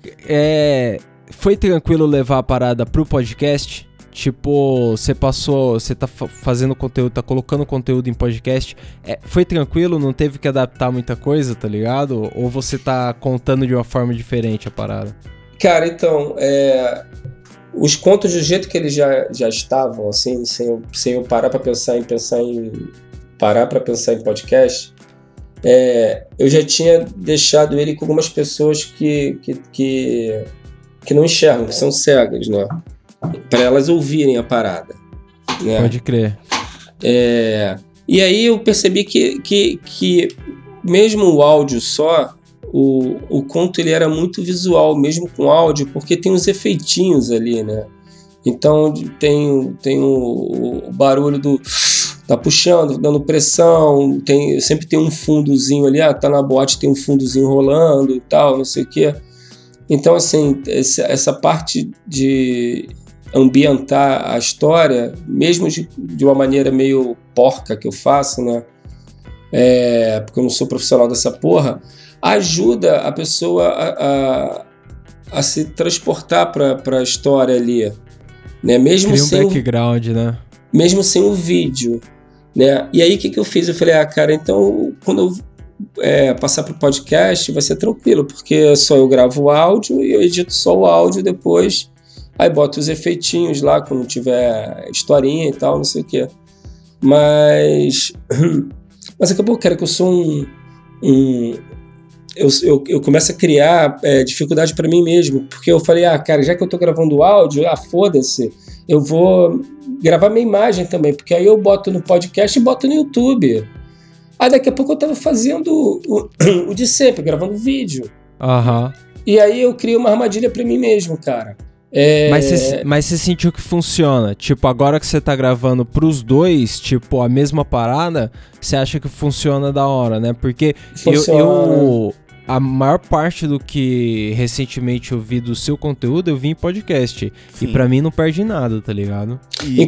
Foi tranquilo levar a parada pro podcast? Tipo, você tá fazendo conteúdo, tá colocando conteúdo em podcast. Foi tranquilo? Não teve que adaptar muita coisa, tá ligado? Ou você tá contando de uma forma diferente a parada? Cara, então, os contos do jeito que eles já estavam, assim, sem eu parar pra pensar em parar pra pensar em podcast, eu já tinha deixado ele com algumas pessoas que não enxergam, que são cegas, né? Para elas ouvirem a parada. Né? Pode crer. E aí eu percebi que mesmo o áudio só, o conto ele era muito visual, mesmo com áudio, porque tem uns efeitinhos ali, né? Então tem o barulho do... Tá puxando, dando pressão, sempre tem um fundozinho ali, tá na boate, tem um fundozinho rolando e tal, não sei o quê. Então, assim, essa parte de ambientar a história, mesmo de uma maneira meio porca que eu faço, né? Porque eu não sou profissional dessa porra, ajuda a pessoa a se transportar para a história ali, né? Mesmo Cria um sem background, né? Mesmo sem o vídeo, né? E aí o que eu fiz? Eu falei, cara, então quando eu passar pro podcast vai ser tranquilo, porque só eu gravo o áudio e eu edito só o áudio depois, aí boto os efeitinhos lá quando tiver historinha e tal, não sei o quê. Mas acabou, cara, que eu sou eu começo a criar dificuldade para mim mesmo, porque eu falei, cara, já que eu tô gravando o áudio, foda-se, eu vou gravar minha imagem também, porque aí eu boto no podcast e boto no YouTube. Aí daqui a pouco eu tava fazendo o de sempre, gravando vídeo. Aham. E aí eu criei uma armadilha pra mim mesmo, cara. Mas você sentiu que funciona? Tipo, agora que você tá gravando pros dois, tipo, a mesma parada, você acha que funciona da hora, né? Porque a maior parte do que recentemente eu vi do seu conteúdo, eu vi em podcast. Sim. E pra mim não perde nada, tá ligado?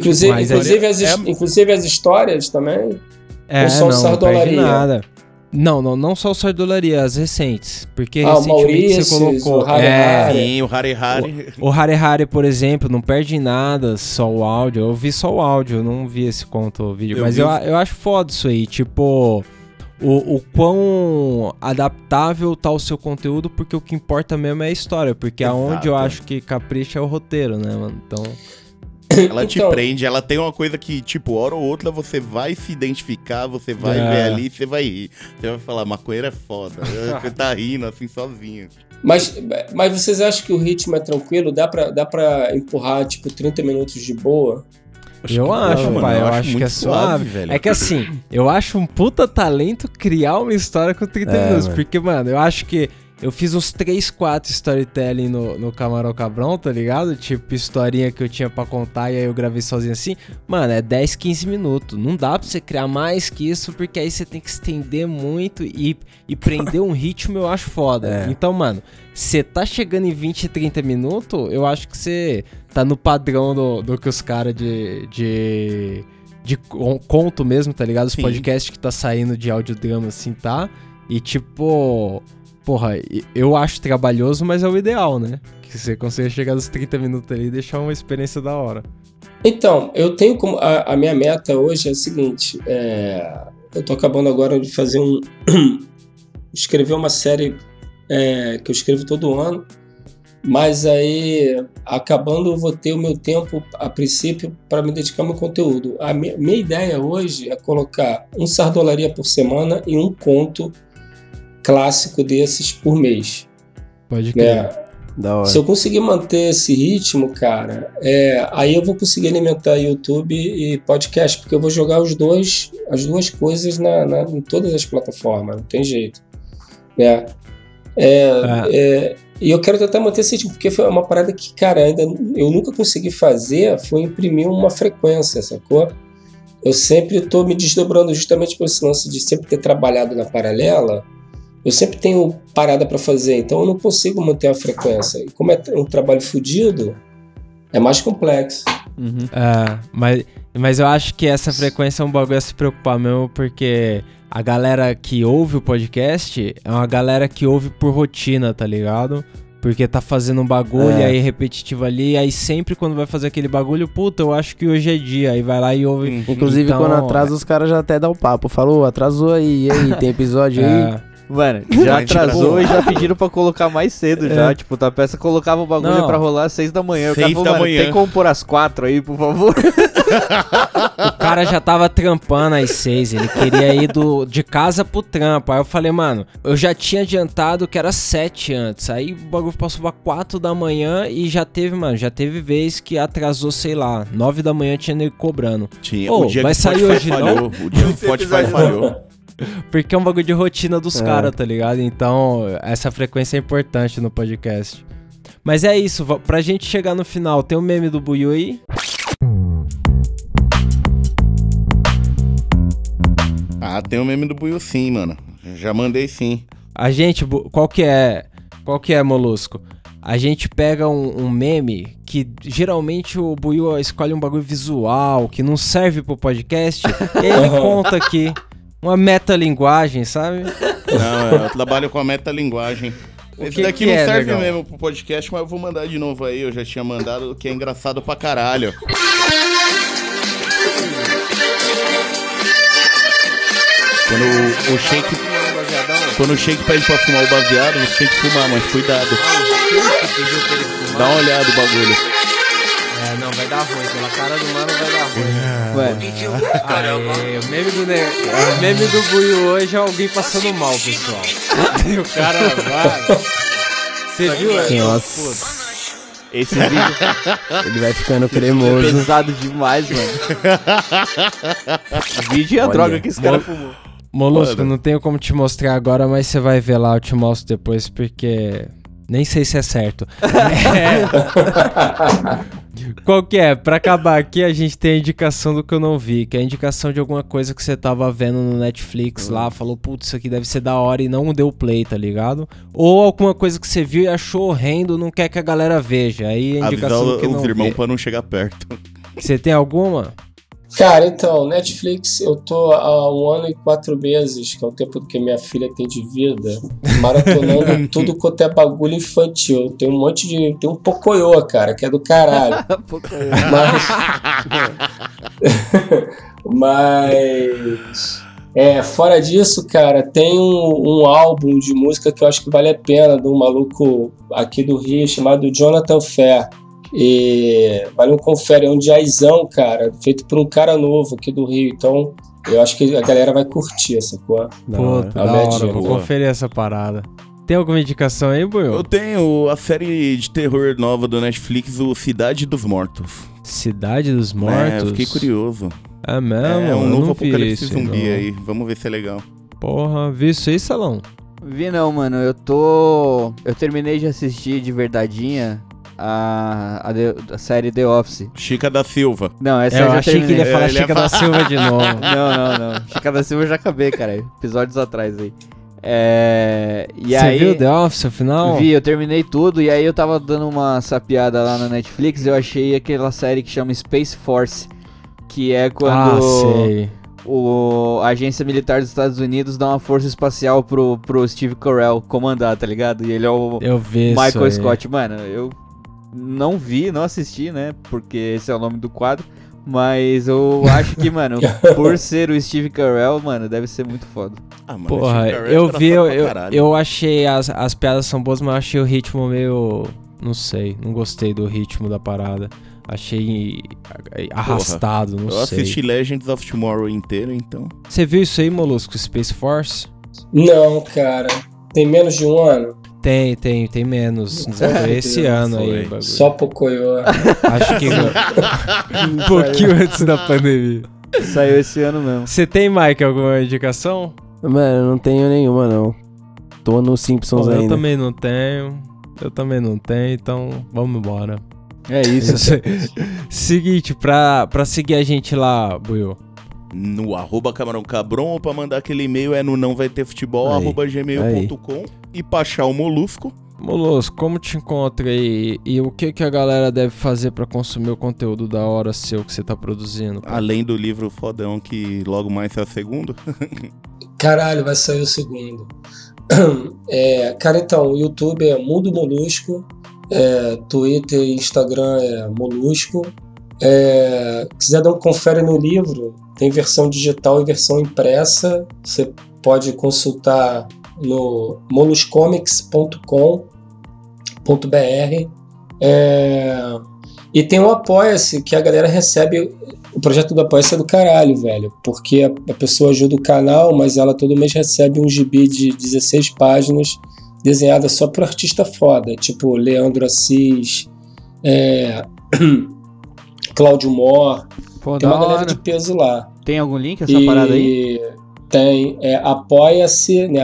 Inclusive as histórias também? Ou só o Sardolaria? Não perde nada. Não só o Sardolaria, as recentes. Porque recentemente Maurício, você colocou... o Hare Hare. O Hare Hare, por exemplo, não perde nada, só o áudio. Eu vi só o áudio, eu não vi esse conto, o vídeo. Mas eu acho foda isso aí, tipo... O quão adaptável tá o seu conteúdo, porque o que importa mesmo é a história. Porque aonde eu acho que capricha é o roteiro, né, mano? Então... Ela te prende, ela tem uma coisa que, tipo, hora ou outra você vai se identificar, você vai ver ali, você vai rir. Você vai falar, maconheiro é foda. Você tá rindo assim sozinho. Mas vocês acham que o ritmo é tranquilo? Dá pra empurrar, tipo, 30 minutos de boa? Eu acho, pai. Eu acho que é suave, velho. É que assim, eu acho um puta talento criar uma história com 30 minutos. Mano. Porque, mano, eu acho que eu fiz uns 3, 4 storytelling no Camarão Cabrão, tá ligado? Tipo, historinha que eu tinha pra contar e aí eu gravei sozinho assim. Mano, é 10, 15 minutos. Não dá pra você criar mais que isso, porque aí você tem que estender muito e prender um ritmo, eu acho foda. Então, mano, você tá chegando em 20, 30 minutos, eu acho que você tá no padrão do que os caras de conto mesmo, tá ligado? Os podcasts que tá saindo de audiodrama assim, tá? E tipo... Porra, eu acho trabalhoso, mas é o ideal, né? Que você consiga chegar nos 30 minutos ali e deixar uma experiência da hora. Então, eu tenho como... A minha meta hoje é a seguinte, eu tô acabando agora de fazer escrever uma série que eu escrevo todo ano, mas aí, acabando, eu vou ter o meu tempo, a princípio, para me dedicar ao meu conteúdo. A minha ideia hoje é colocar um Sardolaria por semana e um conto clássico desses por mês. Pode crer. Da hora. Se eu conseguir manter esse ritmo, cara, aí eu vou conseguir alimentar YouTube e podcast, porque eu vou jogar as duas coisas em todas as plataformas, não tem jeito. Né? E eu quero tentar manter esse ritmo, porque foi uma parada que, cara, eu nunca consegui fazer, foi imprimir uma frequência, sacou? Eu sempre tô me desdobrando justamente por esse lance de sempre ter trabalhado na paralela. Eu sempre tenho parada para fazer, então eu não consigo manter a frequência. E como é um trabalho fodido, é mais complexo. Uhum. Mas eu acho que essa frequência é um bagulho a se preocupar mesmo, porque a galera que ouve o podcast é uma galera que ouve por rotina, tá ligado? Porque tá fazendo um bagulho aí repetitivo ali, aí sempre quando vai fazer aquele bagulho, puta, eu acho que hoje é dia, aí vai lá e ouve. Inclusive, então, quando atrasa, os caras já até dão o papo. Falou, atrasou aí, e aí, tem episódio aí? Mano, já atrasou e já pediram pra colocar mais cedo já. Tipo, a peça colocava o bagulho pra rolar às 6 da manhã. O cara falou, mano, tem como pôr às 4 aí, por favor? cara já tava trampando às 6, ele queria ir de casa pro trampo. Aí eu falei, mano, eu já tinha adiantado que era 7 antes. Aí o bagulho passou pra 4 da manhã e já teve vez que atrasou, sei lá, 9 da manhã tinha ele cobrando. Tinha, Ô, o dia vai que o sair Spotify hoje, falhou. não? O dia que o Spotify falhou. Porque é um bagulho de rotina dos caras, tá ligado? Então, essa frequência é importante no podcast. Mas é isso, pra gente chegar no final, tem o meme do Buiu aí? Ah, tem o meme do Buiu sim, mano. Já mandei sim. A gente, qual que é, Molusco? A gente pega um meme que geralmente o Buiu escolhe um bagulho visual, que não serve pro podcast, e ele conta aqui uma metalinguagem, sabe? Não, eu trabalho com a metalinguagem. Esse daqui não serve legal? mesmo pro podcast, mas eu vou mandar de novo aí. Eu já tinha mandado, que é engraçado pra caralho. Quando o Shake pede pra fumar o baseado, você tem que fumar, mas cuidado. Dá uma olhada no bagulho. Não, vai dar ruim. Pela cara do mano vai dar ruim. Ué. O meme do Buiu hoje é alguém passando mal, pessoal. E o cara vai. Você viu? Nossa. Esse vídeo Ele vai ficando cremoso. pesado demais, mano. O vídeo é a Olha, droga que esse cara fumou. Molusco, não tenho como te mostrar agora, mas você vai ver lá, eu te mostro depois, porque nem sei se é certo. Qual que é? Pra acabar aqui, a gente tem a indicação do que eu não vi, que é a indicação de alguma coisa que você tava vendo no Netflix lá, falou, putz, isso aqui deve ser da hora e não deu play, tá ligado? Ou alguma coisa que você viu e achou horrendo, não quer que a galera veja, aí a indicação Avisar do que não os irmãos vê. pra não chegar perto. Você tem alguma? Cara, então, Netflix, eu tô há 1 ano e 4 meses, que é o tempo que minha filha tem de vida, maratonando tudo quanto é bagulho infantil. Tem um monte de... Tem um Pocoyo, cara, que é do caralho. Mas... fora disso, cara, tem um álbum de música que eu acho que vale a pena, de um maluco aqui do Rio, chamado Jonathan Fair. E vale um confere, é um jazzão, cara, feito por um cara novo aqui do Rio. Então, eu acho que a galera vai curtir essa coisa. Puta, da hora, vou conferir essa parada. Tem alguma indicação aí, Buiu? Eu tenho a série de terror nova do Netflix, o Cidade dos Mortos. Cidade dos Mortos? Eu fiquei curioso. É mesmo? É um Eu novo não vi apocalipse isso, zumbi não. aí. Vamos ver se é legal. Porra, viu isso aí, Salão? Vi não, mano. Eu terminei de assistir de verdadinha a série The Office. Chica da Silva. Não, essa Eu eu já achei que ele ia terminei. falar Ele ia Chica da Silva de novo. Não. Chica da Silva eu já acabei, cara. Episódios atrás aí. E Você aí, viu The Office, afinal? Vi, eu terminei tudo. E aí eu tava dando uma sapeada lá na Netflix. Eu achei aquela série que chama Space Force. Que é quando sei. a agência militar dos Estados Unidos dá uma força espacial pro Steve Carell comandar, tá ligado? E ele é o Eu vi isso Michael aí. Scott. Mano, eu não vi, não assisti, né? Porque esse é o nome do quadro. Mas eu acho que, mano, por ser o Steve Carell, mano, deve ser muito foda. Ah, mano, Porra, Steve Carell eu é vi, engraçado pra caralho. eu achei as piadas são boas, mas eu achei o ritmo meio... Não sei, não gostei do ritmo da parada. Achei arrastado, não Eu sei. assisti Legends of Tomorrow inteiro, então. Você viu isso aí, Molusco, Space Force? Não, cara. Tem menos de 1 ano? Tem menos. Foi esse ano aí. Foi. O bagulho. Só Pocoyo. Acho que um pouquinho antes da pandemia. Saiu esse ano mesmo. Você tem, Mike, alguma indicação? Mano, eu não tenho nenhuma, não. Tô no Simpsons Bom, ainda. eu também não tenho, então vamos embora. É isso. Seguinte, pra seguir a gente lá, Buiu. No @camarãocabron, ou pra mandar aquele e-mail é no nãovaitefutebol, Aí. @gmail.com. E pra achar o Molusco, Molusco, como te encontra aí? E o que a galera deve fazer pra consumir o conteúdo da hora seu que você tá produzindo? cara? além do livro fodão que logo mais é o segundo. Caralho, vai sair o segundo. Cara, então, o YouTube é Mundo Molusco, Twitter e Instagram é Molusco. Quiser dar um confere no livro, tem versão digital e versão impressa. Você pode consultar no moluscomics.com.br. E tem o Apoia-se, que a galera recebe. O projeto do Apoia-se é do caralho, velho. Porque a pessoa ajuda o canal, mas ela todo mês recebe um gibi de 16 páginas desenhada só por artista foda. Tipo Leandro Assis, Cláudio Mor. Pô, Tem da uma galera hora. de peso lá. Tem algum link essa parada aí? Tem, apoia-se, né?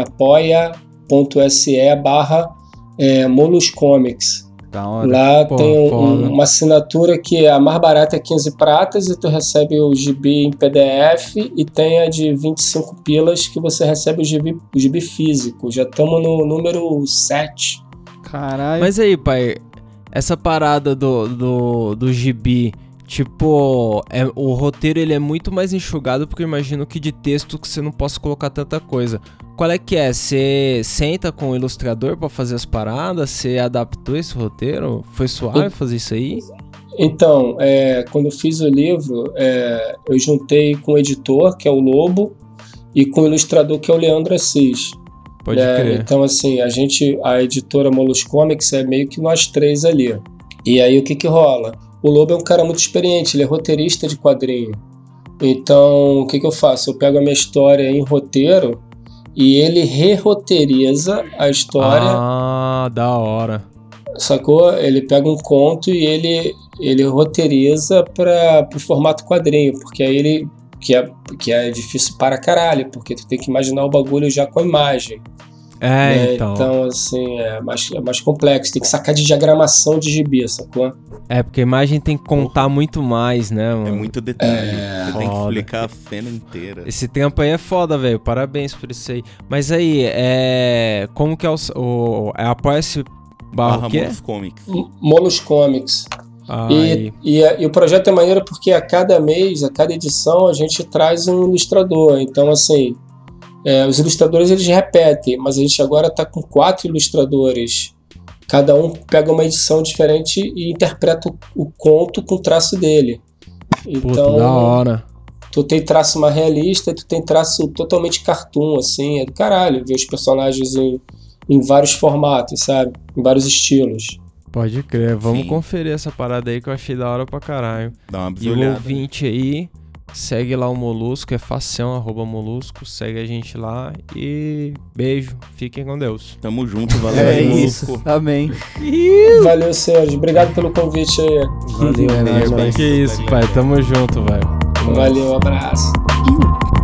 apoia.se/Molus Comics. Da hora. Lá Pô, tem foda. uma assinatura que a mais barata é 15 pratas e tu recebe o gibi em PDF, e tem a de 25 pilas que você recebe o gibi físico. Já estamos no número 7. Caralho. Mas aí, pai, essa parada do gibi, tipo, o roteiro ele é muito mais enxugado, porque eu imagino que de texto que você não possa colocar tanta coisa. Qual é que é? Você senta com o ilustrador pra fazer as paradas? Você adaptou esse roteiro? Foi suave fazer isso aí? Então, quando eu fiz o livro, eu juntei com o editor, que é o Lobo, e com o ilustrador, que é o Leandro Assis. Pode crer. Então, assim, a editora Molus Comics é meio que nós três ali. E aí, o que rola? O Lobo é um cara muito experiente, ele é roteirista de quadrinho. Então, o que eu faço? Eu pego a minha história em roteiro e ele re-roteiriza a história. Ah, da hora. Sacou? Ele pega um conto e ele roteiriza para o formato quadrinho, porque aí ele... Que é difícil para caralho, porque tu tem que imaginar o bagulho já com a imagem. Então, assim, é mais complexo. Tem que sacar de diagramação de gibi, sacou? Porque a imagem tem que contar muito mais, né, mano? É muito detalhe. Você tem que Foda. explicar a cena inteira. Esse tempo aí é foda, velho. Parabéns por isso aí. Mas aí, como que é é Apoia-se barra o quê? Molus Comics. Molus Comics. Aí. E o projeto é maneiro porque a cada mês, a cada edição, a gente traz um ilustrador. Então, assim, os ilustradores eles repetem, mas a gente agora está com 4 ilustradores. Cada um pega uma edição diferente e interpreta o conto com o traço dele. Puta, Então, da hora. tu tem traço mais realista e tu tem traço totalmente cartoon, assim, é do caralho ver os personagens em vários formatos, sabe? Em vários estilos. Pode crer. Vamos Sim. conferir essa parada aí que eu achei da hora pra caralho. Dá uma E o bisolhada. ouvinte aí, segue lá o Molusco, é facião, @Molusco, segue a gente lá e beijo, fiquem com Deus. Tamo junto, valeu É aí, isso. Molusco. Amém. Valeu, senhores. Obrigado pelo convite aí. Valeu, É nóis, mano. Que isso, pai, tamo junto, velho. Valeu, abraço.